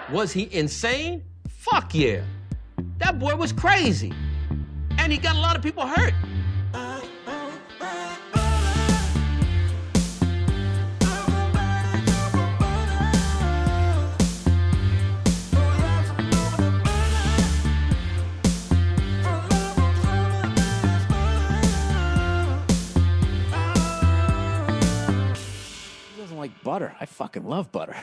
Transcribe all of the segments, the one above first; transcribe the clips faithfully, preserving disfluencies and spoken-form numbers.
Was he insane? Fuck yeah. That boy was crazy. And he got a lot of people hurt. Like butter. I fucking love butter.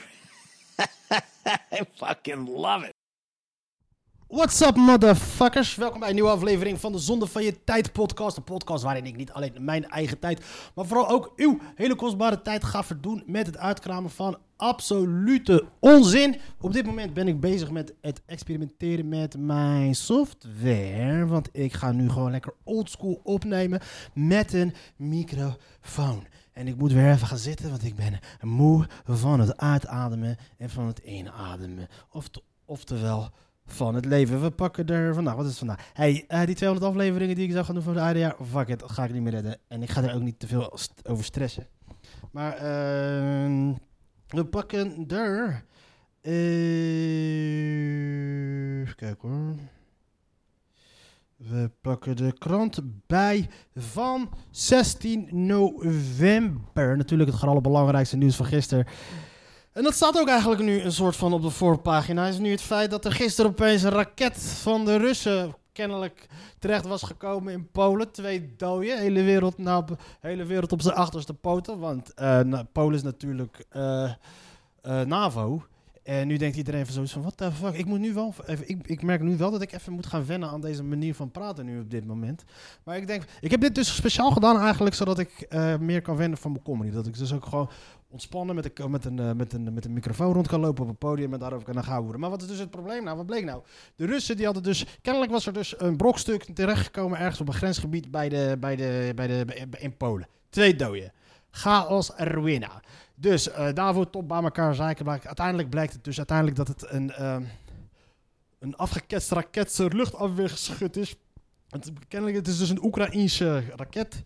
I fucking love it. What's up, motherfuckers? Welkom bij een nieuwe aflevering van de Zonde van je Tijd podcast. Een podcast waarin ik niet alleen mijn eigen tijd, maar vooral ook uw hele kostbare tijd ga verdoen met het uitkramen van absolute onzin. Op dit moment ben ik bezig met het experimenteren met mijn software. Want ik ga nu gewoon lekker oldschool opnemen met een microfoon. En ik moet weer even gaan zitten, want ik ben moe van het uitademen en van het inademen. Oft- oftewel van het leven. We pakken er vandaag, wat is het vandaag? Hey, uh, die tweehonderd afleveringen die ik zou gaan doen voor het jaar, fuck it, dat ga ik niet meer redden. En ik ga er ook niet te veel st- over stressen. Maar uh, we pakken er... Uh, even kijken hoor. We pakken de krant bij van zestien november. Natuurlijk het allerbelangrijkste nieuws van gisteren. En dat staat ook eigenlijk nu een soort van op de voorpagina. Is nu het feit dat er gisteren opeens een raket van de Russen kennelijk terecht was gekomen in Polen. Twee doden. Hele wereld, nou, hele wereld op zijn achterste poten. Want uh, nou, Polen is natuurlijk uh, uh, NAVO. En nu denkt iedereen van zoiets van, what the fuck, ik moet nu wel, even, ik, ik merk nu wel dat ik even moet gaan wennen aan deze manier van praten nu op dit moment. Maar ik denk, ik heb dit dus speciaal gedaan eigenlijk, zodat ik uh, meer kan wennen van mijn comedy. Dat ik dus ook gewoon ontspannen met een, met, een, uh, met, een, met een microfoon rond kan lopen op een podium en daarover kan gaan houden. Maar wat is dus het probleem nou? Wat bleek nou? De Russen die hadden dus, kennelijk was er dus een brokstuk terechtgekomen ergens op een grensgebied bij de, bij de, bij de, bij, in Polen. Twee doden. Chaos ruïna. Dus uh, NAVO top bij elkaar zeiken. Uiteindelijk blijkt het dus uiteindelijk dat het een, uh, een afgeketst raketje luchtafweergeschut is. Het, kennelijk het is dus een Oekraïense raket.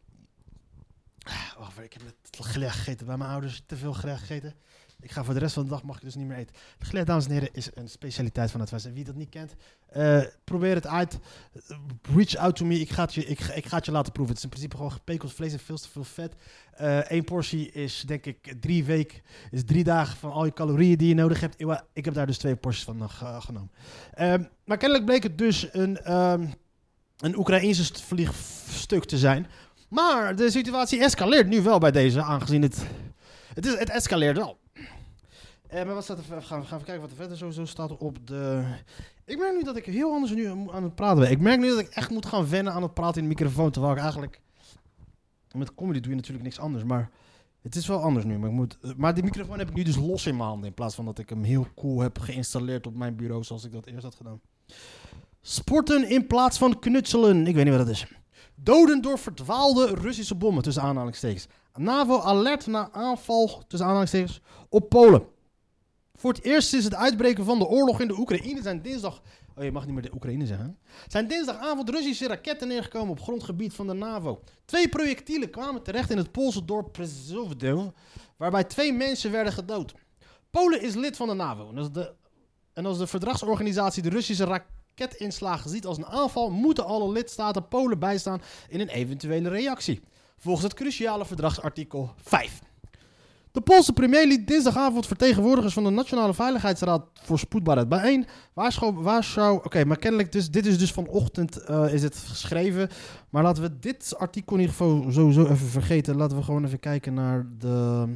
Wacht, ik heb net geleg gegeten bij mijn ouders. Te veel geleg gegeten. Ik ga voor de rest van de dag mag ik dus niet meer eten. Het geleg, dames en heren, is een specialiteit van het Westen. Wie dat niet kent, uh, probeer het uit. Reach out to me. Ik ga, het je, ik, ik ga het je laten proeven. Het is in principe gewoon gepekeld vlees en veel te veel vet. Eén uh, portie is denk ik drie weken, is drie dagen van al je calorieën die je nodig hebt. Ik, ik heb daar dus twee porties van uh, genomen. Um, maar kennelijk bleek het dus een, um, een Oekraïense vliegstuk te zijn. Maar de situatie escaleert nu wel bij deze, aangezien het... Het, is, het escaleert wel. Uh, maar wat staat er? Gaan we gaan kijken wat er verder sowieso staat op de... Ik merk nu dat ik heel anders nu aan het praten ben. Ik merk nu dat ik echt moet gaan wennen aan het praten in de microfoon. Terwijl ik eigenlijk... Met comedy doe je natuurlijk niks anders, maar... Het is wel anders nu. Maar, ik moet, maar die microfoon heb ik nu dus los in mijn handen. In plaats van dat ik hem heel cool heb geïnstalleerd op mijn bureau zoals ik dat eerst had gedaan. Sporten in plaats van knutselen. Ik weet niet wat dat is. Doden door verdwaalde Russische bommen, tussen aanhalingstekens. NAVO alert na aanval, tussen aanhalingstekens, op Polen. Voor het eerst sinds het uitbreken van de oorlog in de Oekraïne zijn dinsdag... Oh, je mag niet meer de Oekraïne zeggen. Zijn dinsdagavond Russische raketten neergekomen op grondgebied van de NAVO. Twee projectielen kwamen terecht in het Poolse dorp Przewodów, waarbij twee mensen werden gedood. Polen is lid van de NAVO. En als de, en als de verdragsorganisatie de Russische raketinslagen ziet als een aanval, moeten alle lidstaten Polen bijstaan in een eventuele reactie. Volgens het cruciale verdragsartikel vijf. De Poolse premier liet dinsdagavond vertegenwoordigers van de Nationale Veiligheidsraad voor spoedbaarheid bijeen. Warschau, oké, okay, maar kennelijk, dus, dit is dus vanochtend uh, is het geschreven. Maar laten we dit artikel in ieder geval sowieso even vergeten. Laten we gewoon even kijken naar de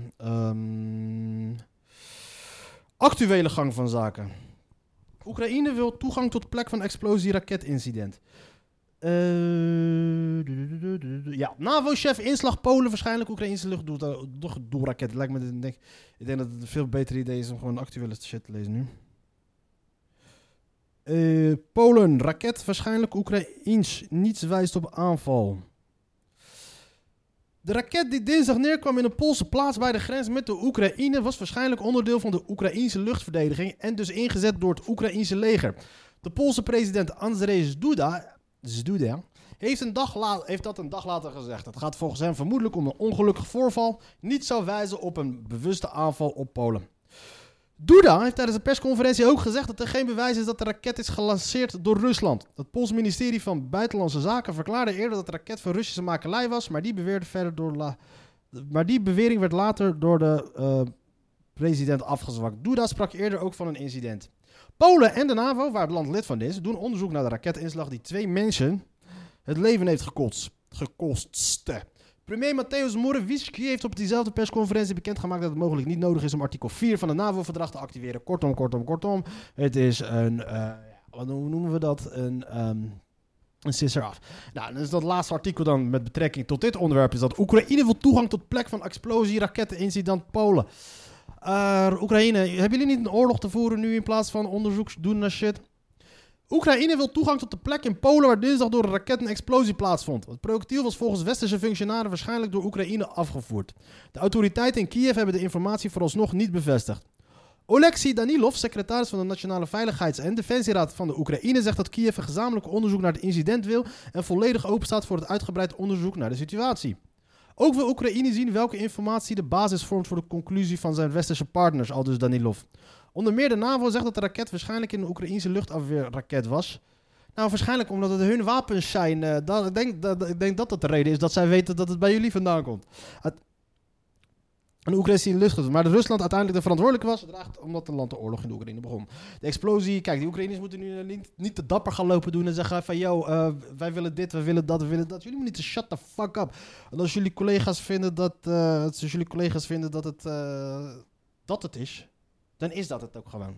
um, actuele gang van zaken. Oekraïne wil toegang tot plek van explosie raketincident. Uh, ja, NAVO-chef inslag Polen waarschijnlijk Oekraïnse luchtdoelraket. Lijkt me, ik denk, ik denk dat het een veel beter idee is om gewoon actuele shit te lezen nu. Uh, Polen, raket waarschijnlijk Oekraïens. Niets wijst op aanval. De raket die dinsdag neerkwam in een Poolse plaats bij de grens met de Oekraïne was waarschijnlijk onderdeel van de Oekraïense luchtverdediging en dus ingezet door het Oekraïense leger. De Poolse president Andrzej Duda... Duda heeft, een dag la- heeft dat een dag later gezegd. Het gaat volgens hem vermoedelijk om een ongelukkig voorval. Niet zou wijzen op een bewuste aanval op Polen. Duda heeft tijdens een persconferentie ook gezegd dat er geen bewijs is dat de raket is gelanceerd door Rusland. Het Pools ministerie van Buitenlandse Zaken verklaarde eerder dat de raket van Russische makelij was, maar die, beweerde verder door la- maar die bewering werd later door de uh, president afgezwakt. Duda sprak eerder ook van een incident. Polen en de NAVO, waar het land lid van is, doen onderzoek naar de raketinslag die twee mensen het leven heeft gekost. gekost. Premier Mateusz Morawiecki heeft op diezelfde persconferentie bekendgemaakt dat het mogelijk niet nodig is om artikel vier van het NAVO-verdrag te activeren. Kortom, kortom, kortom. Het is een, uh, wat noemen we dat? Een, um, een sisser af. Nou, dus dat laatste artikel dan met betrekking tot dit onderwerp is dat Oekraïne wil toegang tot plek van explosie, rakettenincident Polen. Uh, Oekraïne, hebben jullie niet een oorlog te voeren nu in plaats van onderzoek doen naar shit? Oekraïne wil toegang tot de plek in Polen waar dinsdag door een raket een explosie plaatsvond. Het projectiel was volgens westerse functionarissen waarschijnlijk door Oekraïne afgevoerd. De autoriteiten in Kiev hebben de informatie vooralsnog niet bevestigd. Oleksiy Danilov, secretaris van de Nationale Veiligheids- en Defensieraad van de Oekraïne, zegt dat Kiev een gezamenlijk onderzoek naar het incident wil en volledig openstaat voor het uitgebreid onderzoek naar de situatie. Ook wil Oekraïne zien welke informatie de basis vormt voor de conclusie van zijn westerse partners, aldus Danilov. Onder meer de NAVO zegt dat de raket waarschijnlijk een Oekraïense luchtafweerraket was. Nou, waarschijnlijk omdat het hun wapens zijn. Uh, dat, ik, denk, dat, ik denk dat dat de reden is dat zij weten dat het bij jullie vandaan komt. Het, een Oekraïnse luchtgevechtsvliegtuig. Maar dat Rusland uiteindelijk de verantwoordelijke was, draagt omdat het land de oorlog in de Oekraïne begon. De explosie, kijk, die Oekraïners moeten nu niet, niet te dapper gaan lopen doen en zeggen van, yo, uh, wij willen dit, wij willen dat, wij willen dat. Jullie moeten niet shut the fuck up. En als jullie collega's vinden dat, uh, als jullie collega's vinden dat het, uh, dat het is, dan is dat het ook gewoon.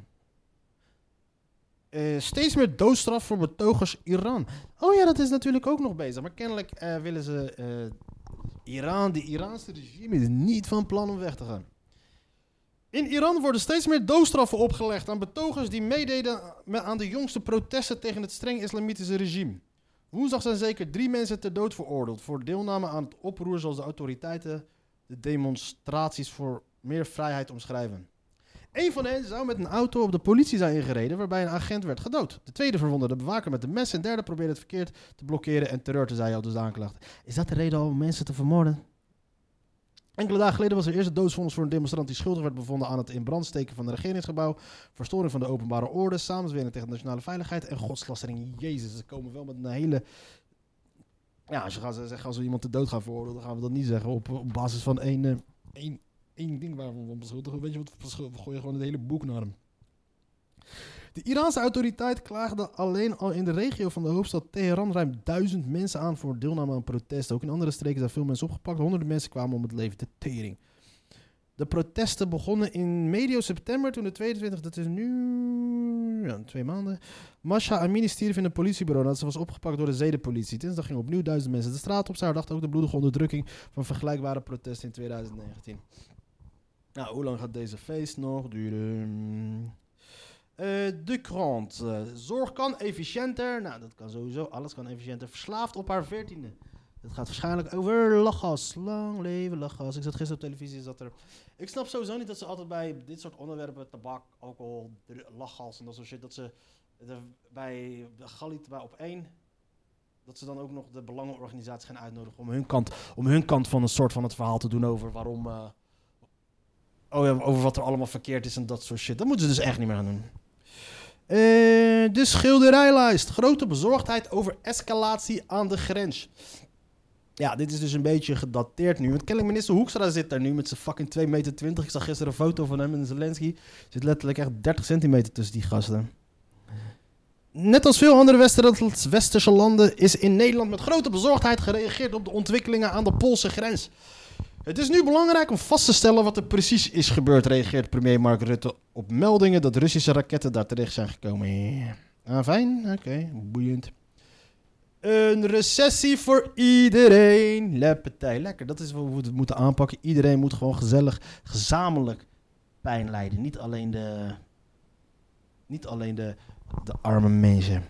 Uh, steeds meer doodstraf voor betogers Iran. Oh ja, dat is natuurlijk ook nog bezig. Maar kennelijk uh, willen ze uh, Iran, de Iraanse regime is niet van plan om weg te gaan. In Iran worden steeds meer doodstraffen opgelegd aan betogers die meededen aan de jongste protesten tegen het streng islamitische regime. Woensdag zijn zeker drie mensen ter dood veroordeeld voor deelname aan het oproer zoals de autoriteiten de demonstraties voor meer vrijheid omschrijven. Een van hen zou met een auto op de politie zijn ingereden waarbij een agent werd gedood. De tweede verwonderde de bewaker met een mes en derde probeerde het verkeerd te blokkeren en terreur te zaaien, al dus de aanklacht. Is dat de reden om mensen te vermoorden? Enkele dagen geleden was er eerst een doodsvonnis voor een demonstrant die schuldig werd bevonden aan het in brand steken van het regeringsgebouw, verstoring van de openbare orde, samenzwering tegen de nationale veiligheid en godslastering. Jezus, ze komen wel met een hele... Ja, als je gaat zeggen, als we iemand te dood gaan veroordelen, dan gaan we dat niet zeggen op, op basis van één... Uh, één Eén ding waarvan we beschuldigen. Weet je wat? We gooien gewoon het hele boek naar hem. De Iraanse autoriteit klaagde alleen al in de regio van de hoofdstad Teheran ruim duizend mensen aan voor deelname aan protesten. Ook in andere streken zijn veel mensen opgepakt. Honderden mensen kwamen om het leven. De tering. De protesten begonnen in medio september toen de tweeëntwintigste, dat is nu ja, twee maanden, Masha Amini stierf in een politiebureau nadat ze was opgepakt door de zedenpolitie. Dinsdag gingen opnieuw duizend mensen de straat op. Zij herdachten ook de bloedige onderdrukking van vergelijkbare protesten in twintig negentien. Nou, hoe lang gaat deze feest nog duren? Uh, de krant. Uh, zorg kan efficiënter. Nou, dat kan sowieso. Alles kan efficiënter. Verslaafd op haar veertiende. Het gaat waarschijnlijk over lachgas. Lang leven lachgas. Ik zat gisteren op televisie. Zat er... Ik snap sowieso niet dat ze altijd bij dit soort onderwerpen, tabak, alcohol, lachgas en dat soort shit, dat ze de, bij de Galit bij op één, dat ze dan ook nog de belangenorganisaties gaan uitnodigen om hun kant, om hun kant van een soort van het verhaal te doen over waarom... Uh, Oh ja, over wat er allemaal verkeerd is en dat soort shit. Dat moeten ze dus echt niet meer gaan doen. Uh, de schilderijlijst. Grote bezorgdheid over escalatie aan de grens. Ja, dit is dus een beetje gedateerd nu. Want kennelijk minister Hoekstra zit daar nu met zijn fucking twee meter twintig. Ik zag gisteren een foto van hem en Zelensky. Er zit letterlijk echt dertig centimeter tussen die gasten. Net als veel andere westerse landen is in Nederland met grote bezorgdheid gereageerd op de ontwikkelingen aan de Poolse grens. Het is nu belangrijk om vast te stellen wat er precies is gebeurd, reageert premier Mark Rutte op meldingen dat Russische raketten daar terecht zijn gekomen. Ah, fijn, oké, okay. Boeiend. Een recessie voor iedereen. Leppetij, lekker. Dat is hoe we het moeten aanpakken. Iedereen moet gewoon gezellig, gezamenlijk pijn lijden. Niet alleen de, niet alleen de, de arme mensen.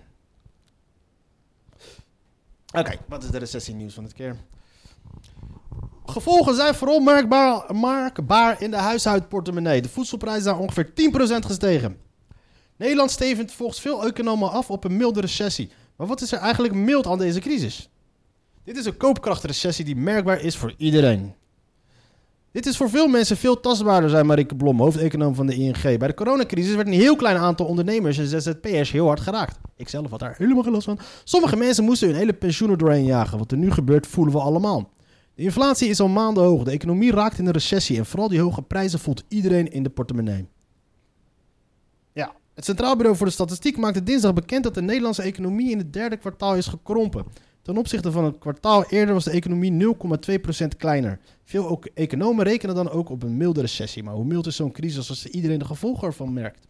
Oké, okay, wat is de recessie nieuws van dit keer? Gevolgen zijn vooral merkbaar, merkbaar in de huishoudportemonnee. De voedselprijzen zijn ongeveer tien procent gestegen. Nederland stevend volgens veel economen af op een milde recessie. Maar wat is er eigenlijk mild aan deze crisis? Dit is een koopkrachtrecessie die merkbaar is voor iedereen. Dit is voor veel mensen veel tastbaarder, zei Marieke Blom, hoofdeconoom van de I N G. Bij de coronacrisis werd een heel klein aantal ondernemers en Z Z P'ers heel hard geraakt. Ik zelf had daar helemaal geen last van. Sommige mensen moesten hun hele pensioen er doorheen jagen. Wat er nu gebeurt, voelen we allemaal. De inflatie is al maanden hoog. De economie raakt in een recessie. En vooral die hoge prijzen voelt iedereen in de portemonnee. Ja, het Centraal Bureau voor de Statistiek maakte dinsdag bekend dat de Nederlandse economie in het derde kwartaal is gekrompen. Ten opzichte van het kwartaal eerder was de economie nul komma twee procent kleiner. Veel ook economen rekenen dan ook op een milde recessie. Maar hoe mild is zo'n crisis als iedereen de gevolgen ervan merkt?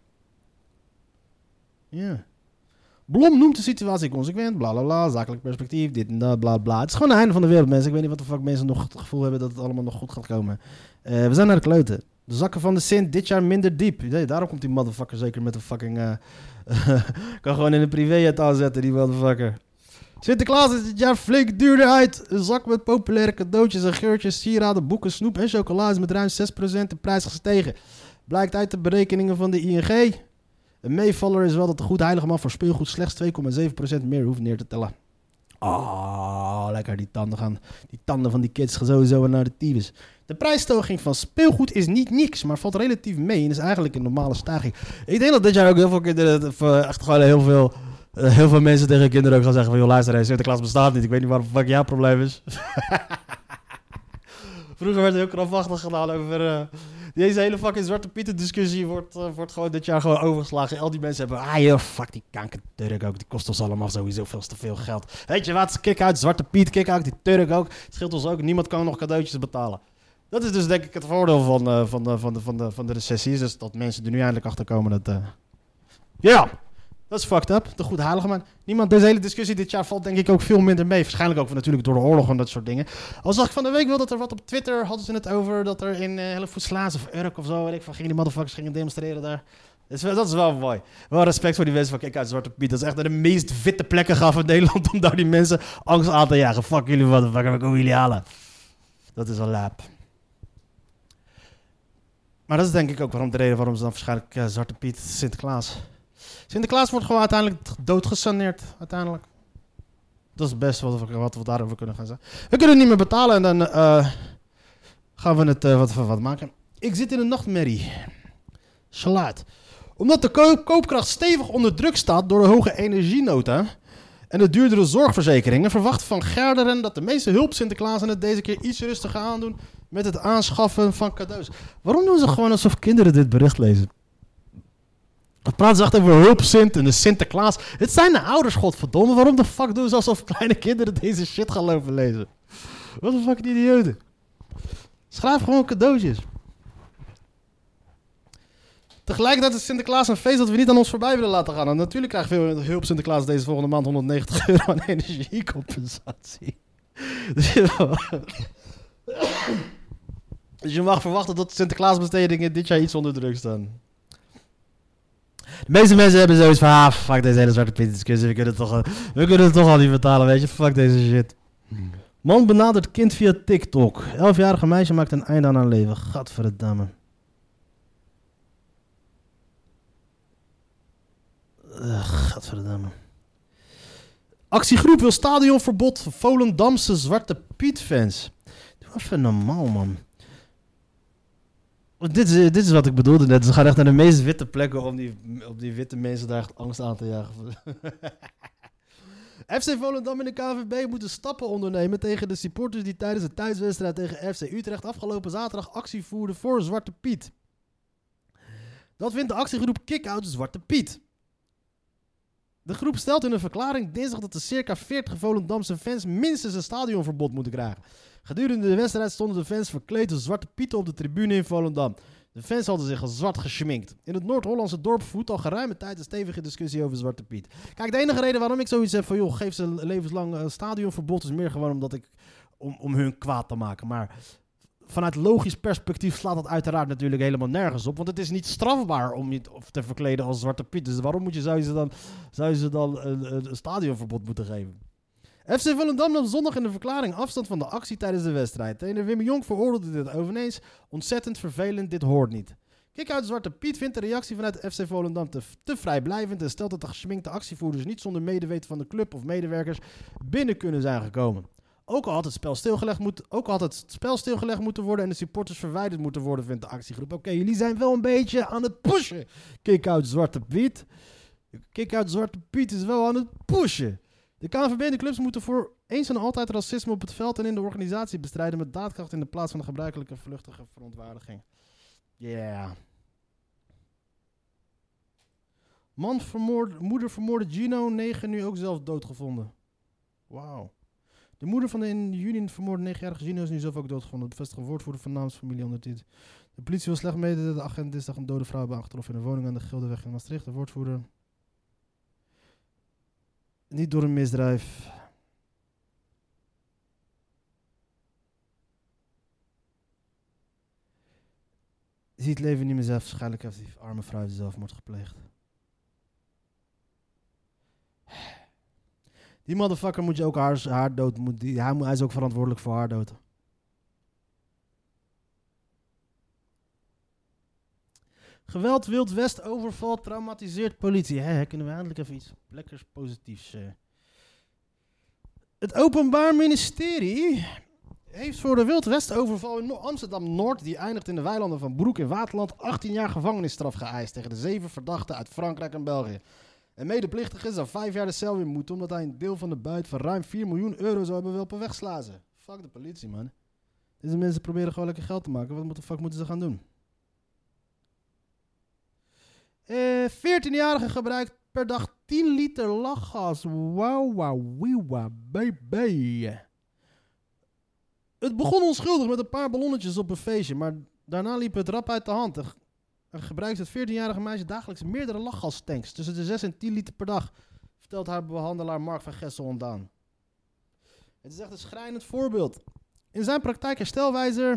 Ja. Blom noemt de situatie consequent, bla bla bla, zakelijk perspectief, dit en dat, bla bla. Het is gewoon het einde van de wereld, mensen. Ik weet niet wat de fuck mensen nog het gevoel hebben dat het allemaal nog goed gaat komen. Uh, we zijn naar de kloten. De zakken van de Sint dit jaar minder diep. Nee, daarom komt die motherfucker zeker met een fucking... Uh, kan gewoon in een privéjet aanzetten, die motherfucker. Sinterklaas is dit jaar flink duurder uit. Een zak met populaire cadeautjes en geurtjes, sieraden, boeken, snoep en chocola is met ruim zes procent de prijs gestegen. Blijkt uit de berekeningen van de I N G. Een meevaller is wel dat de goed heilige man voor speelgoed slechts twee komma zeven procent meer hoeft neer te tellen. Ah, oh, lekker die tanden gaan. Die tanden van die kids gaan sowieso naar de tyfus. De prijsstoging van speelgoed is niet niks, maar valt relatief mee en is eigenlijk een normale stijging. Ik denk dat dit jaar ook heel veel kinderen, echt gewoon heel veel, uh, heel veel mensen tegen kinderen ook gaan zeggen van, joh, luister eens, Sinterklaas bestaat niet. Ik weet niet waar fuck jouw probleem is. Vroeger werd er heel krampachtig gedaan over... Uh, Deze hele fucking Zwarte Pieten discussie wordt, uh, wordt gewoon dit jaar gewoon overgeslagen. Al die mensen hebben... Ah joh, fuck die kanker-Turk ook. Die kost ons allemaal sowieso veel te veel geld. Weet je wat? Kick uit Zwarte Piet, kick uit die Turk ook. Het scheelt ons ook. Niemand kan nog cadeautjes betalen. Dat is dus denk ik het voordeel van, uh, van, de, van, de, van, de, van de recessie. Dus dat mensen er nu eindelijk achter komen dat... Ja, uh... yeah, dat is fucked up. De goede heilige man. Niemand, deze hele discussie dit jaar valt denk ik ook veel minder mee. Waarschijnlijk ook natuurlijk door de oorlog en dat soort dingen. Al zag ik van de week wel dat er wat op Twitter hadden ze het over dat er in uh, Hellevoetsluis of Urk of zo, weet ik van, gingen die motherfuckers gingen demonstreren daar. Dus, dat is wel mooi. Wel respect voor die mensen van kijk uit Zwarte Piet. Dat is echt naar de meest witte plekken gaan van Nederland om daar die mensen angst aan te jagen. Fuck jullie motherfucker, ik kom jullie halen. Dat is wel lap. Maar dat is denk ik ook waarom de reden waarom ze dan waarschijnlijk uh, Zwarte Piet, Sinterklaas... Sinterklaas wordt gewoon uiteindelijk doodgesaneerd, uiteindelijk. Dat is het beste wat we, wat we daarover kunnen gaan zeggen. We kunnen het niet meer betalen en dan uh, gaan we het uh, wat, wat maken. Ik zit in een nachtmerrie. Salaat. Omdat de ko- koopkracht stevig onder druk staat door de hoge energienota en de duurdere zorgverzekeringen, verwacht Van Gerderen dat de meeste hulp Sinterklaas en het deze keer iets rustiger aandoen met het aanschaffen van cadeaus. Waarom doen ze gewoon alsof kinderen dit bericht lezen? We praten echt over hulp Sint en de Sinterklaas. Het zijn de ouders, godverdomme. Waarom de fuck doen ze alsof kleine kinderen deze shit gaan lopen lezen? Wat een fucking idioten. Schrijf gewoon cadeautjes. Tegelijkertijd is Sinterklaas een feest dat we niet aan ons voorbij willen laten gaan. En natuurlijk krijgt veel hulp Sinterklaas deze volgende maand honderdnegentig euro aan energiecompensatie. Dus je, dus je mag verwachten dat Sinterklaasbestedingen dit jaar iets onder druk staan. De meeste mensen hebben zoiets van, ah, fuck deze hele Zwarte Piet discussie, we kunnen het toch, we kunnen het toch al niet betalen, weet je, fuck deze shit. Man benadert kind via TikTok. Elfjarige meisje maakt een einde aan haar leven. Gadverdamme. Uh, gadverdamme. Actiegroep wil stadionverbod voor Volendamse Zwarte Piet fans. Doe even normaal, man. Dit is, dit is wat ik bedoelde net. Ze gaan echt naar de meest witte plekken om die, om die witte mensen daar echt angst aan te jagen. F C Volendam en de K V B moeten stappen ondernemen tegen de supporters die tijdens de thuiswedstrijd tegen F C Utrecht afgelopen zaterdag actie voerden voor Zwarte Piet. Dat vindt de actiegroep Kick-Out Zwarte Piet. De groep stelt in een verklaring dinsdag dat de circa veertig Volendamse fans minstens een stadionverbod moeten krijgen. Gedurende de wedstrijd stonden de fans verkleed als Zwarte Pieten op de tribune in Volendam. De fans hadden zich als zwart geschminkt. In het Noord-Hollandse dorp voedt al geruime tijd een stevige discussie over Zwarte Piet. Kijk, de enige reden waarom ik zoiets heb van, joh, geef ze levenslang een stadionverbod is meer gewoon omdat ik, om, om hun kwaad te maken. Maar vanuit logisch perspectief slaat dat uiteraard natuurlijk helemaal nergens op. Want het is niet strafbaar om je te verkleden als Zwarte Piet. Dus waarom moet je, zou je ze dan, zou je ze dan een, een stadionverbod moeten geven? F C Volendam nam zondag in de verklaring afstand van de actie tijdens de wedstrijd. Trainer Wim Jonk veroordeelde dit eveneens. Ontzettend vervelend, dit hoort niet. Kick-Out Zwarte Piet vindt de reactie vanuit F C Volendam te, te vrijblijvend en stelt dat de geschminkte actievoerders niet zonder medeweten van de club of medewerkers binnen kunnen zijn gekomen. Ook al had het spel stilgelegd, moet, ook al had het spel stilgelegd moeten worden en de supporters verwijderd moeten worden, vindt de actiegroep. Oké, okay, jullie zijn wel een beetje aan het pushen. Kick-out Zwarte Piet. Kick-out Zwarte Piet is wel aan het pushen. De K N V B en de clubs moeten voor eens en altijd racisme op het veld en in de organisatie bestrijden met daadkracht in de plaats van de gebruikelijke vluchtige verontwaardiging. Ja. Yeah. Man vermoord, moeder vermoorde Gino, negen nu ook zelf doodgevonden. Wauw. De moeder van de in juni vermoorde negenjarige Gino is nu zelf ook doodgevonden. Bevestigde woordvoerder van namens familie ondertiteld. De politie wil slecht mede dat de agent dinsdag een dode vrouw hebben aangetroffen in een woning aan de Gildeweg in Maastricht. De woordvoerder. Niet door een misdrijf. Ziet het leven niet meer zelf. Waarschijnlijk heeft die arme vrouw zelfmoord gepleegd. Die motherfucker moet je ook haar, haar dood... Moet die, hij, moet, hij is ook verantwoordelijk voor haar dood. Geweld, Wild West, overval, traumatiseert politie. Hé, kunnen we eindelijk even iets lekkers positiefs... Uh. Het Openbaar Ministerie heeft voor de Wild West overval in Amsterdam-Noord, die eindigt in de weilanden van Broek in Waterland, achttien jaar gevangenisstraf geëist tegen de zeven verdachten uit Frankrijk en België. En medeplichtige zou vijf jaar de cel in moeten, omdat hij een deel van de buit van ruim vier miljoen euro zou hebben willen wegslazen. Fuck de politie, man. Deze mensen proberen gewoon lekker geld te maken. Wat de fuck moeten ze gaan doen? Uh, veertienjarige gebruikt per dag tien liter lachgas. Wauw, wauw, wauw, baby. Het begon onschuldig met een paar ballonnetjes op een feestje, maar daarna liep het rap uit de hand. En gebruikt het veertienjarige meisje dagelijks meerdere lachgastanks, tussen de zes en tien liter per dag, vertelt haar behandelaar Mark van Gessel ontdaan. Het is echt een schrijnend voorbeeld. In zijn praktijk herstelwijzer...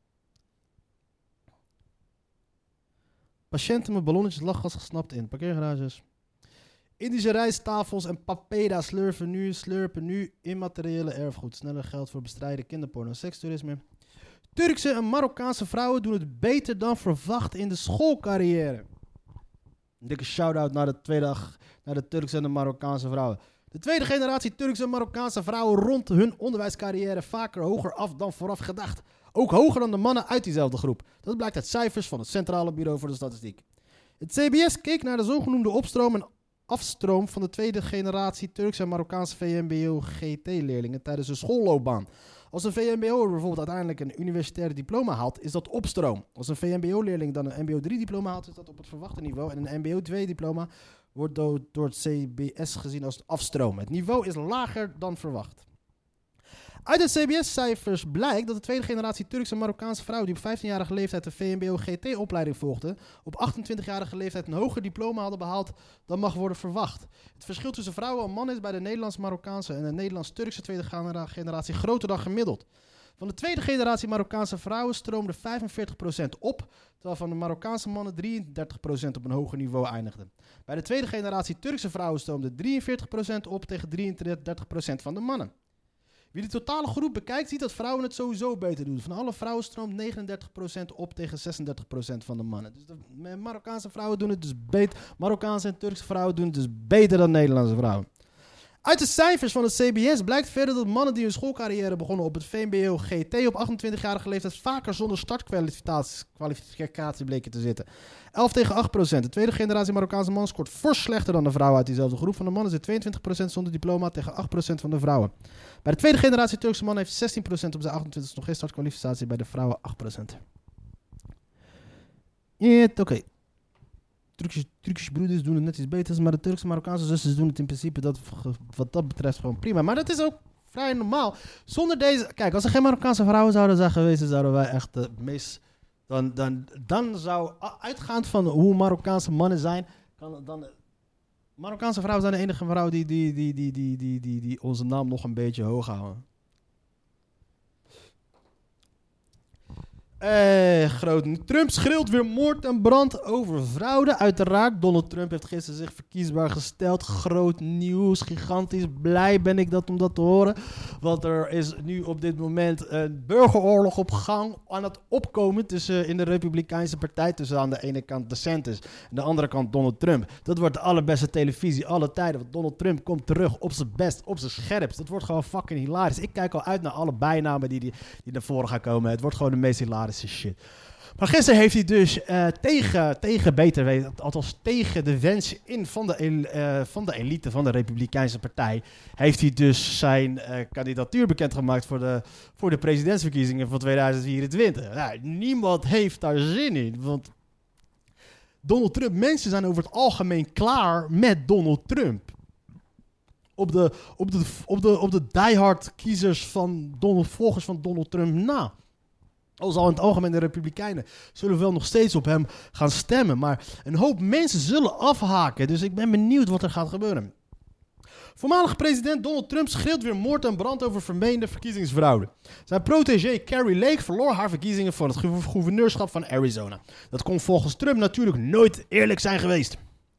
Patiënten met ballonnetjes lachgas gesnapt in parkeergarages. Indische rijsttafels en papeda slurpen nu, slurpen nu immateriële erfgoed. Sneller geld voor bestrijden kinderporno en sekstoerisme. Turkse en Marokkaanse vrouwen doen het beter dan verwacht in de schoolcarrière. Een dikke shout-out naar de, tweede, naar de Turkse en de Marokkaanse vrouwen. De tweede generatie Turkse en Marokkaanse vrouwen rondt hun onderwijscarrière vaker hoger af dan vooraf gedacht. Ook hoger dan de mannen uit diezelfde groep. Dat blijkt uit cijfers van het Centrale Bureau voor de Statistiek. Het C B S keek naar de zogenoemde opstroom en afstroom van de tweede generatie Turkse en Marokkaanse V M B O G T-leerlingen tijdens hun schoolloopbaan. Als een V M B O'er bijvoorbeeld uiteindelijk een universitair diploma haalt, is dat opstroom. Als een V M B O-leerling dan een M B O drie diploma haalt, is dat op het verwachte niveau. En een M B O twee diploma wordt door, door het C B S gezien als afstroom. Het niveau is lager dan verwacht. Uit het C B S-cijfers blijkt dat de tweede generatie Turkse en Marokkaanse vrouwen die op vijftienjarige leeftijd de V M B O G T-opleiding volgden, op achtentwintigjarige leeftijd een hoger diploma hadden behaald dan mag worden verwacht. Het verschil tussen vrouwen en mannen is bij de Nederlands-Marokkaanse en de Nederlands-Turkse tweede generatie groter dan gemiddeld. Van de tweede generatie Marokkaanse vrouwen stroomde vijfenveertig procent op, terwijl van de Marokkaanse mannen drieëndertig procent op een hoger niveau eindigden. Bij de tweede generatie Turkse vrouwen stroomde drieënveertig procent op tegen drieëndertig procent van de mannen. Wie de totale groep bekijkt, ziet dat vrouwen het sowieso beter doen. Van alle vrouwen stroomt negenendertig procent op tegen zesendertig procent van de mannen. Dus de Marokkaanse vrouwen doen het dus beter. Marokkaanse en Turkse vrouwen doen het dus beter dan Nederlandse vrouwen. Uit de cijfers van het C B S blijkt verder dat mannen die hun schoolcarrière begonnen op het V M B O G T op achtentwintigjarige leeftijd vaker zonder startkwalificatie bleken te zitten. elf tegen acht procent. De tweede generatie Marokkaanse man scoort fors slechter dan de vrouwen uit diezelfde groep. Van de mannen zit tweeëntwintig procent zonder diploma tegen acht procent van de vrouwen. Bij de tweede generatie Turkse man heeft zestien procent op zijn achtentwintigste nog geen startkwalificatie, bij de vrouwen acht procent. Ja, oké. Okay. Turkse, Turkse broeders doen het net iets beters, maar de Turkse Marokkaanse zusters doen het in principe dat, wat dat betreft gewoon prima. Maar dat is ook vrij normaal. Zonder deze... Kijk, als er geen Marokkaanse vrouwen zouden zijn geweest, zouden wij echt de meest... Dan, dan, dan zou, uitgaand van hoe Marokkaanse mannen zijn, kan, dan... Marokkaanse vrouwen zijn de enige vrouwen die, die, die, die, die, die, die, die onze naam nog een beetje hoog houden. Eh, groot. Trump schreeuwt weer moord en brand over fraude. Uiteraard, Donald Trump heeft gisteren zich verkiesbaar gesteld. Groot nieuws, gigantisch. Blij ben ik dat om dat te horen. Want er is nu op dit moment een burgeroorlog op gang aan het opkomen tussen in de Republikeinse partij. Tussen aan de ene kant DeSantis en de andere kant Donald Trump. Dat wordt de allerbeste televisie alle tijden. Want Donald Trump komt terug op zijn best, op zijn scherpst. Dat wordt gewoon fucking hilarisch. Ik kijk al uit naar alle bijnamen die, die, die naar voren gaan komen. Het wordt gewoon de meest hilarische shit. Maar gisteren heeft hij dus uh, tegen, tegen beter weten, althans tegen de wens in van de, uh, van de elite van de Republikeinse partij, heeft hij dus zijn uh, kandidatuur bekendgemaakt voor de, voor de presidentsverkiezingen van tweeduizend vierentwintig. Nou, niemand heeft daar zin in, want Donald Trump, mensen zijn over het algemeen klaar met Donald Trump. Op de, op de, op de, op de diehard kiezers van Donald, volgers van Donald Trump na. Al zal in het algemeen de Republikeinen zullen wel nog steeds op hem gaan stemmen. Maar een hoop mensen zullen afhaken. Dus ik ben benieuwd wat er gaat gebeuren. Voormalig president Donald Trump schreeuwt weer moord en brand over vermeende verkiezingsfraude. Zijn protégé Carrie Lake verloor haar verkiezingen voor het gouverneurschap van Arizona. Dat kon volgens Trump natuurlijk nooit eerlijk zijn geweest.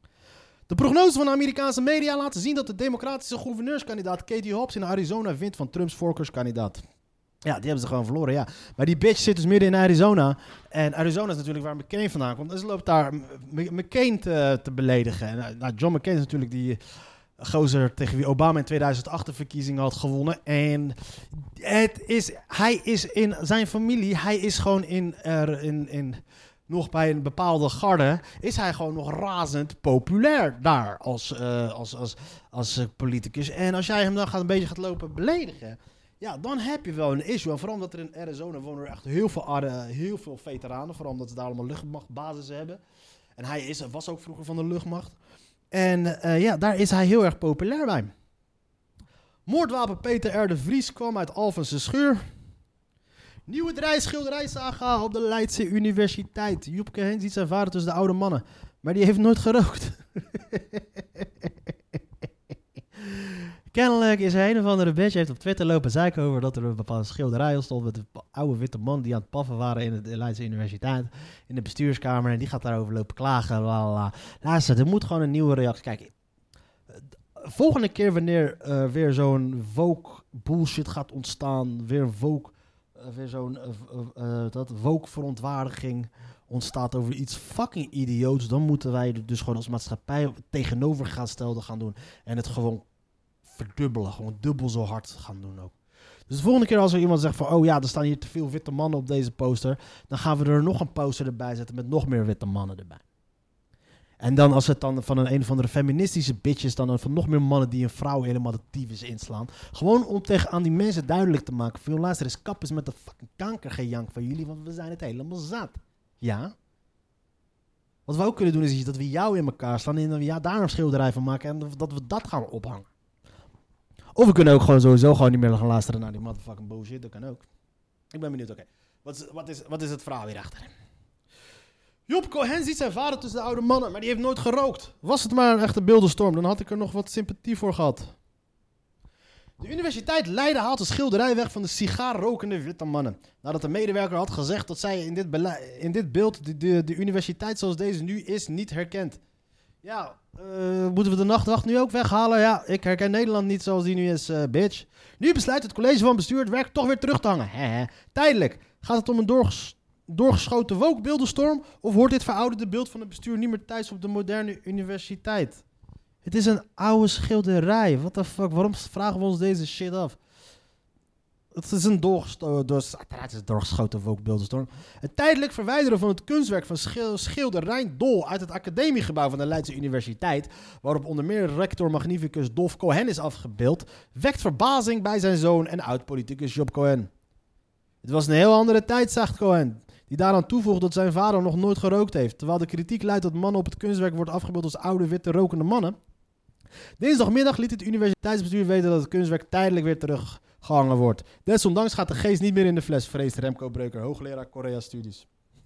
De prognoses van de Amerikaanse media laten zien dat de democratische gouverneurskandidaat Katie Hobbs in Arizona wint van Trumps voorkeurskandidaat. Ja, die hebben ze gewoon verloren, ja. Maar die bitch zit dus midden in Arizona. En Arizona is natuurlijk waar McCain vandaan komt. En ze loopt daar McCain te, te beledigen. En, nou, John McCain is natuurlijk die gozer tegen wie Obama in tweeduizend acht de verkiezingen had gewonnen. En het is, hij is in zijn familie, hij is gewoon in, er, in, in, nog bij een bepaalde garde, is hij gewoon nog razend populair daar als, uh, als, als, als uh, politicus. En als jij hem dan gaat, een beetje gaat lopen beledigen, ja, dan heb je wel een issue. En vooral omdat er in Arizona wonen er echt heel veel, arde, heel veel veteranen. Vooral omdat ze daar allemaal luchtmachtbasis hebben. En hij is, was ook vroeger van de luchtmacht. En uh, ja, daar is hij heel erg populair bij. Moordwapen Peter R. de Vries kwam uit Alphense schuur. Nieuwe schilderijsaga op de Leidse Universiteit. Joepke Heen ziet zijn vader tussen de oude mannen. Maar die heeft nooit gerookt. Kennelijk is er een of andere bitch, heeft op Twitter lopen zeiken over dat er een bepaalde schilderij stond met een oude witte man die aan het paffen waren in de Leidse Universiteit, in de bestuurskamer, en die gaat daarover lopen klagen. Lalala. Luister, er moet gewoon een nieuwe reactie. Kijk, volgende keer wanneer uh, weer zo'n woke bullshit gaat ontstaan, weer woke, uh, weer zo'n uh, uh, uh, dat woke verontwaardiging ontstaat over iets fucking idioots, dan moeten wij er dus gewoon als maatschappij tegenovergestelde gaan doen en het gewoon verdubbelen, gewoon dubbel zo hard gaan doen ook. Dus de volgende keer als er iemand zegt van, oh ja, er staan hier te veel witte mannen op deze poster, dan gaan we er nog een poster erbij zetten met nog meer witte mannen erbij. En dan als het dan van een een of andere feministische bitches, dan van nog meer mannen die een vrouw helemaal de tyfus inslaan. Gewoon om tegen aan die mensen duidelijk te maken, veel luister eens, kap eens met de fucking kankergejank van jullie, want we zijn het helemaal zat. Ja? Wat we ook kunnen doen is dat we jou in elkaar slaan en dat we ja, daar een schilderij van maken en dat we dat gaan ophangen. Of we kunnen ook gewoon sowieso gewoon niet meer gaan luisteren naar die motherfucking bullshit. Dat kan ook. Ik ben benieuwd. Oké. Okay. Wat, is, wat, is, wat is het verhaal hierachter? Job Cohen ziet zijn vader tussen de oude mannen, maar die heeft nooit gerookt. Was het maar een echte beeldenstorm, dan had ik er nog wat sympathie voor gehad. De Universiteit Leiden haalt de schilderij weg van de sigaarrokende witte mannen. Nadat de medewerker had gezegd dat zij in dit, bele- in dit beeld de, de, de universiteit zoals deze nu is niet herkent. Ja, uh, moeten we de nachtwacht nu ook weghalen? Ja, ik herken Nederland niet zoals die nu is, uh, bitch. Nu besluit het college van bestuur het werk toch weer terug te hangen. Hehe. Tijdelijk. Gaat het om een doorges- doorgeschoten woke-beeldenstorm? Of hoort dit verouderde beeld van het bestuur niet meer thuis op de moderne universiteit? Het is een oude schilderij. What the fuck? Waarom vragen we ons deze shit af? Het is een doorgesto- door, het is een doorgeschoten woke-beeldenstorm. Het tijdelijk verwijderen van het kunstwerk van schil- schilderij Dol uit het academiegebouw van de Leidse Universiteit, waarop onder meer rector magnificus Dolf Cohen is afgebeeld, wekt verbazing bij zijn zoon en oud-politicus Job Cohen. Het was een heel andere tijd, zegt Cohen, die daaraan toevoegt dat zijn vader nog nooit gerookt heeft, terwijl de kritiek luidt dat mannen op het kunstwerk wordt afgebeeld als oude, witte, rokende mannen. Dinsdagmiddag liet het universiteitsbestuur weten dat het kunstwerk tijdelijk weer teruggehangen wordt. Desondanks gaat de geest niet meer in de fles, vreest Remco Breuker, hoogleraar Korea-studies.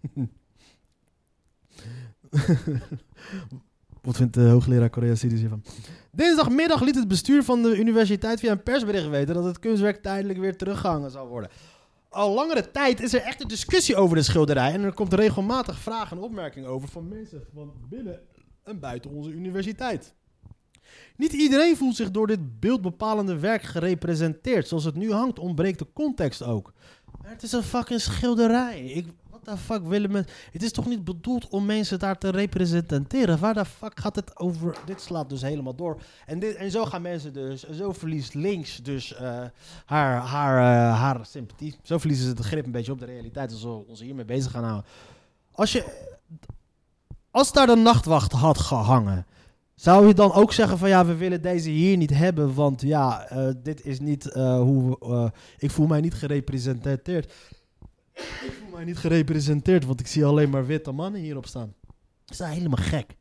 Wat vindt de hoogleraar Korea-studies hiervan? Dinsdagmiddag liet het bestuur van de universiteit via een persbericht weten dat het kunstwerk tijdelijk weer teruggehangen zal worden. al langere tijd is er echt een discussie over de schilderij. En er komt regelmatig vragen en opmerkingen over van mensen van binnen en buiten onze universiteit. Niet iedereen voelt zich door dit beeldbepalende werk gerepresenteerd. Zoals het nu hangt, ontbreekt de context ook. Maar het is een fucking schilderij. Ik, what the fuck willen we... Het is toch niet bedoeld om mensen daar te representeren? Waar de fuck gaat het over? Dit slaat dus helemaal door. En, dit, en zo gaan mensen dus... Zo verliest links dus uh, haar, haar, uh, haar sympathie. Zo verliezen ze het grip een beetje op de realiteit. Als we ons hiermee bezig gaan houden. Als je... Als daar de nachtwacht had gehangen... Zou je dan ook zeggen van ja, we willen deze hier niet hebben, want ja, uh, dit is niet uh, hoe... Uh, ik voel mij niet gerepresenteerd. Ik voel mij niet gerepresenteerd, want ik zie alleen maar witte mannen hierop staan. Dat is helemaal gek.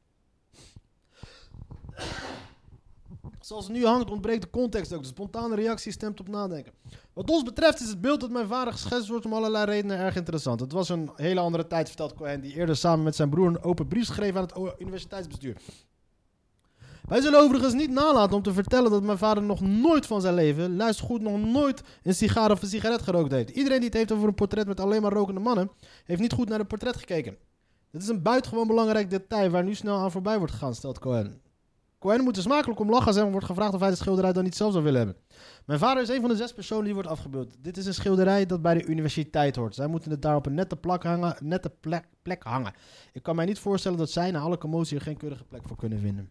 Zoals het nu hangt, ontbreekt de context ook. De spontane reactie stemt op nadenken. Wat ons betreft is het beeld dat mijn vader geschetst wordt om allerlei redenen erg interessant. Het was een hele andere tijd, vertelt Cohen, die eerder samen met zijn broer een open brief schreef aan het universiteitsbestuur. Wij zullen overigens niet nalaten om te vertellen dat mijn vader nog nooit van zijn leven, luister goed, nog nooit een sigaar of een sigaret gerookt heeft. Iedereen die het heeft over een portret met alleen maar rokende mannen, heeft niet goed naar het portret gekeken. Dit is een buitengewoon belangrijk detail waar nu snel aan voorbij wordt gegaan, stelt Cohen. Cohen moet er smakelijk om lachen zijn en wordt gevraagd of hij de schilderij dan niet zelf zou willen hebben. Mijn vader is een van de zes personen die wordt afgebeeld. Dit is een schilderij dat bij de universiteit hoort. Zij moeten het daar op een nette, plak hangen, nette plek, plek hangen. Ik kan mij niet voorstellen dat zij na alle commotie er geen keurige plek voor kunnen vinden.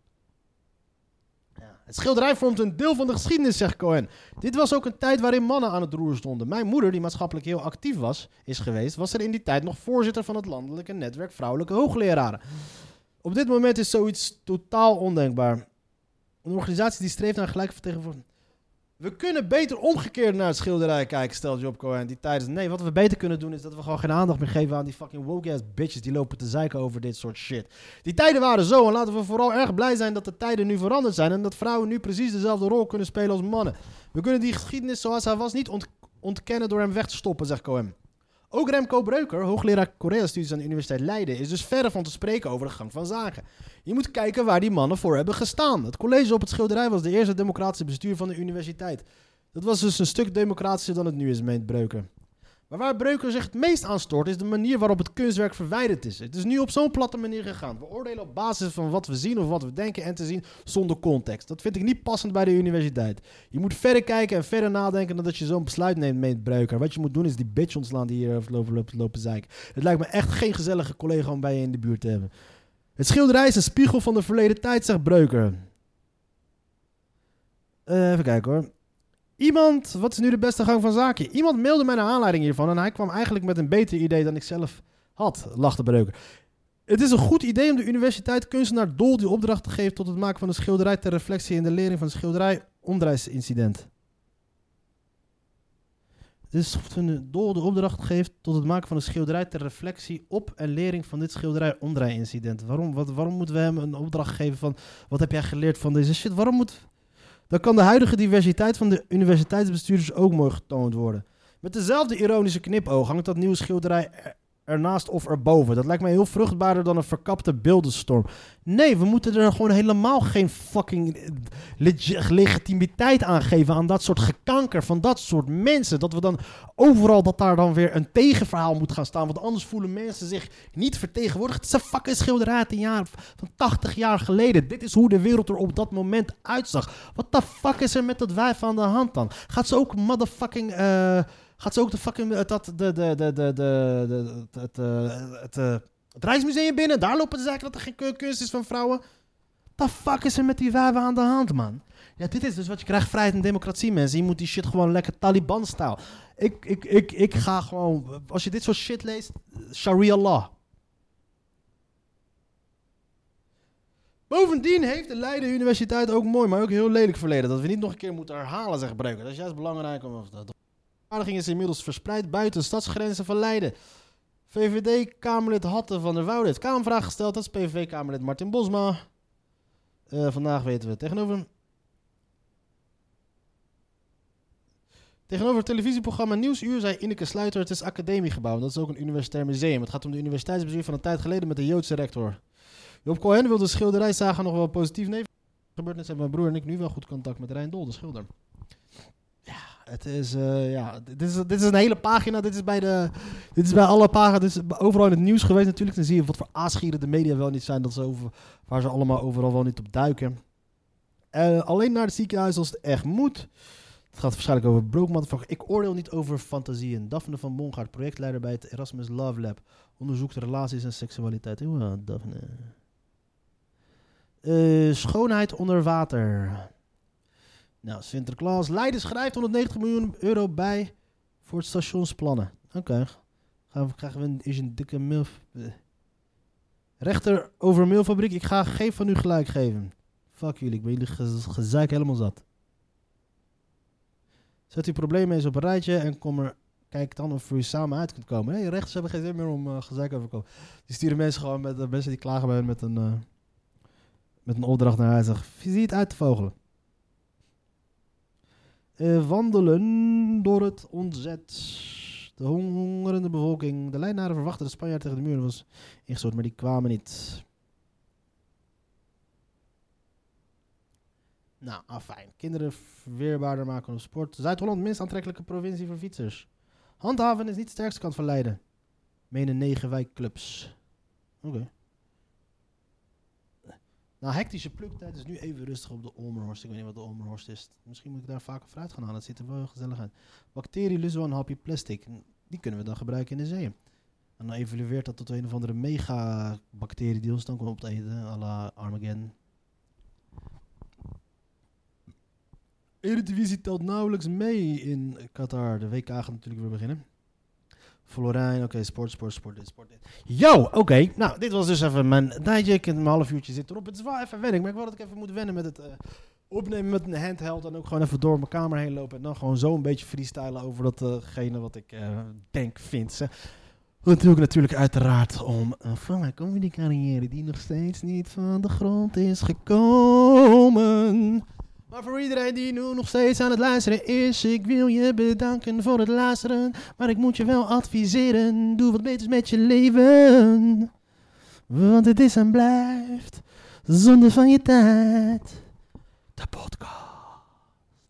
Ja. Het schilderij vormt een deel van de geschiedenis, zegt Cohen. Dit was ook een tijd waarin mannen aan het roer stonden. Mijn moeder, die maatschappelijk heel actief was, is geweest, was er in die tijd nog voorzitter van het landelijke netwerk vrouwelijke hoogleraren. Op dit moment is zoiets totaal ondenkbaar. Een organisatie die streeft naar gelijke vertegenwoordiging. We kunnen beter omgekeerd naar het schilderij kijken, stelt Job Cohen. Die tijdens... Nee, wat we beter kunnen doen is dat we gewoon geen aandacht meer geven aan die fucking woke-ass bitches die lopen te zeiken over dit soort shit. Die tijden waren zo en laten we vooral erg blij zijn dat de tijden nu veranderd zijn en dat vrouwen nu precies dezelfde rol kunnen spelen als mannen. We kunnen die geschiedenis zoals hij was niet ont- ontkennen door hem weg te stoppen, zegt Cohen. Ook Remco Breuker, hoogleraar Korea-studies aan de Universiteit Leiden, is dus verre van te spreken over de gang van zaken. Je moet kijken waar die mannen voor hebben gestaan. Het college op het schilderij was de eerste democratische bestuur van de universiteit. Dat was dus een stuk democratischer dan het nu is, meent Breuker. Maar waar Breuker zich het meest aan stoort is de manier waarop het kunstwerk verwijderd is. Het is nu op zo'n platte manier gegaan. We oordelen op basis van wat we zien of wat we denken en te zien zonder context. Dat vind ik niet passend bij de universiteit. Je moet verder kijken en verder nadenken dan dat je zo'n besluit neemt, meent Breuker. Wat je moet doen is die bitch ontslaan die hier over lopen, lopen, lopen zeiken. Het lijkt me echt geen gezellige collega om bij je in de buurt te hebben. Het schilderij is een spiegel van de verleden tijd, zegt Breuker. Uh, even kijken hoor. Iemand, wat is nu de beste gang van zaken? Iemand mailde mij naar aanleiding hiervan en hij kwam eigenlijk met een beter idee dan ik zelf had, lachte Breuker. Het is een goed idee om de universiteit kunstenaar Dol die opdracht te geven tot het maken van een schilderij ter reflectie in de lering van het schilderij omdraaiincident. Het is goed om Dol de opdracht geeft tot het maken van een schilderij ter reflectie op en lering van dit schilderij omdraaiincident. Waarom, wat, waarom moeten we hem een opdracht geven van wat heb jij geleerd van deze shit? Waarom moet... Dan kan de huidige diversiteit van de universiteitsbestuurders ook mooi getoond worden. Met dezelfde ironische knipoog hangt dat nieuwe schilderij er, ernaast of erboven. Dat lijkt mij heel vruchtbaarder dan een verkapte beeldenstorm. Nee, we moeten er gewoon helemaal geen fucking leg- legitimiteit aan geven aan dat soort gekanker van dat soort mensen. Dat we dan overal, dat daar dan weer een tegenverhaal moet gaan staan. Want anders voelen mensen zich niet vertegenwoordigd. Het is een fucking schilderij uit een jaar van tachtig jaar geleden. Dit is hoe de wereld er op dat moment uitzag. Wat de fuck is er met dat wijf aan de hand dan? Gaat ze ook motherfucking... Uh, Gaat ze ook de fucking... Dat, de, de, de, de, de, de, het, het, het, het Rijksmuseum binnen? Daar lopen ze zeggen dat er geen kunst is van vrouwen. What the fuck is er met die wijven aan de hand, man? Ja, dit is dus wat je krijgt, vrijheid en democratie, mensen. Je moet die shit gewoon lekker Taliban-stijl. Ik, ik, ik, ik ga gewoon... Als je dit soort shit leest, Sharia law. Bovendien heeft de Leiden Universiteit ook mooi, maar ook heel lelijk verleden. Dat we niet nog een keer moeten herhalen, zegt Breuker. Dat is juist belangrijk om... De vervaardiging is inmiddels verspreid buiten de stadsgrenzen van Leiden. V V D-Kamerlid Hatte van der Woude heeft Kamervraag gesteld. Dat is P V V-Kamerlid Martin Bosma. Uh, vandaag weten we tegenover... Tegenover het televisieprogramma Nieuwsuur zei Ineke Sluiter... Het is academiegebouw. Dat is ook een universitair museum. Het gaat om de universiteitsbestuur van een tijd geleden met de Joodse rector. Job Cohen wil de schilderijsaga nog wel positief nemen. Gebeurt net, hebben mijn broer en ik nu wel goed contact met Rijn Dol, de schilder. Ja... Het is, uh, ja, dit is, dit is een hele pagina. Dit is bij de, dit is bij alle pagina's. Dit is overal in het nieuws geweest natuurlijk. Dan zie je wat voor aasgieren de media wel niet zijn. Dat ze over, waar ze allemaal overal wel niet op duiken. Uh, alleen naar het ziekenhuis als het echt moet. Het gaat waarschijnlijk over broke motherfucker. Ik oordeel niet over fantasieën. Daphne van Bongaard, projectleider bij het Erasmus Love Lab. Onderzoekt relaties en seksualiteit. Ja, Daphne. Uh, schoonheid onder water. Nou, Sinterklaas. Leiden schrijft honderdnegentig miljoen euro bij voor het stationsplannen. Oké. Okay. Gaan we, krijgen we een, is een dikke mail... Rechter over mailfabriek. Ik ga geen van u gelijk geven. Fuck jullie, ik ben jullie ge- gezeik helemaal zat. Zet uw problemen eens op een rijtje en kom er... Kijk dan of u samen uit kunt komen. Hey, rechters hebben geen zin meer om uh, gezeik over te komen. Die sturen mensen gewoon met... Uh, mensen die klagen bij hen met een... Uh, met een opdracht naar huis. Zeg, zie het uit te vogelen. Uh, wandelen door het ontzet. De hongerende bevolking. De Leidenaren verwachten de Spanjaard tegen de muur was ingestort, maar die kwamen niet. Nou, afijn. Kinderen weerbaarder maken op sport. Zuid-Holland, minst aantrekkelijke provincie voor fietsers. Handhaven is niet de sterkste kant van Leiden. Menen negen wijkclubs. Oké. Okay. Nou, hectische pluktijd is nu even rustig op de Olmerhorst. Ik weet niet wat de Olmerhorst is. Misschien moet ik daar vaker fruit gaan halen. Het ziet er wel heel gezellig uit. Bacterie, Luzwan, hapje plastic. Die kunnen we dan gebruiken in de zee. En dan evolueert dat tot een of andere mega-bacterie die ons dan komt op te eten. À la Armageddon. Eredivisie telt nauwelijks mee in Qatar. De W K gaat natuurlijk weer beginnen. Florijn, oké, okay, sport, sport, sport, dit, sport, dit. Yo, oké. Okay. Nou, dit was dus even mijn tijdje. Ik heb een half uurtje zit erop. Het is wel even wennen. Maar ik wil dat ik even moet wennen met het uh, opnemen met een handheld. En ook gewoon even door mijn kamer heen lopen. En dan gewoon zo een beetje freestylen over datgene uh, wat ik uh, denk, vind. Natuurlijk, natuurlijk uiteraard om een van mijn comedy carrière die nog steeds niet van de grond is gekomen. Maar voor iedereen die nu nog steeds aan het luisteren is, ik wil je bedanken voor het luisteren. Maar ik moet je wel adviseren, doe wat beters met je leven. Want het is en blijft zonde van je tijd. De podcast.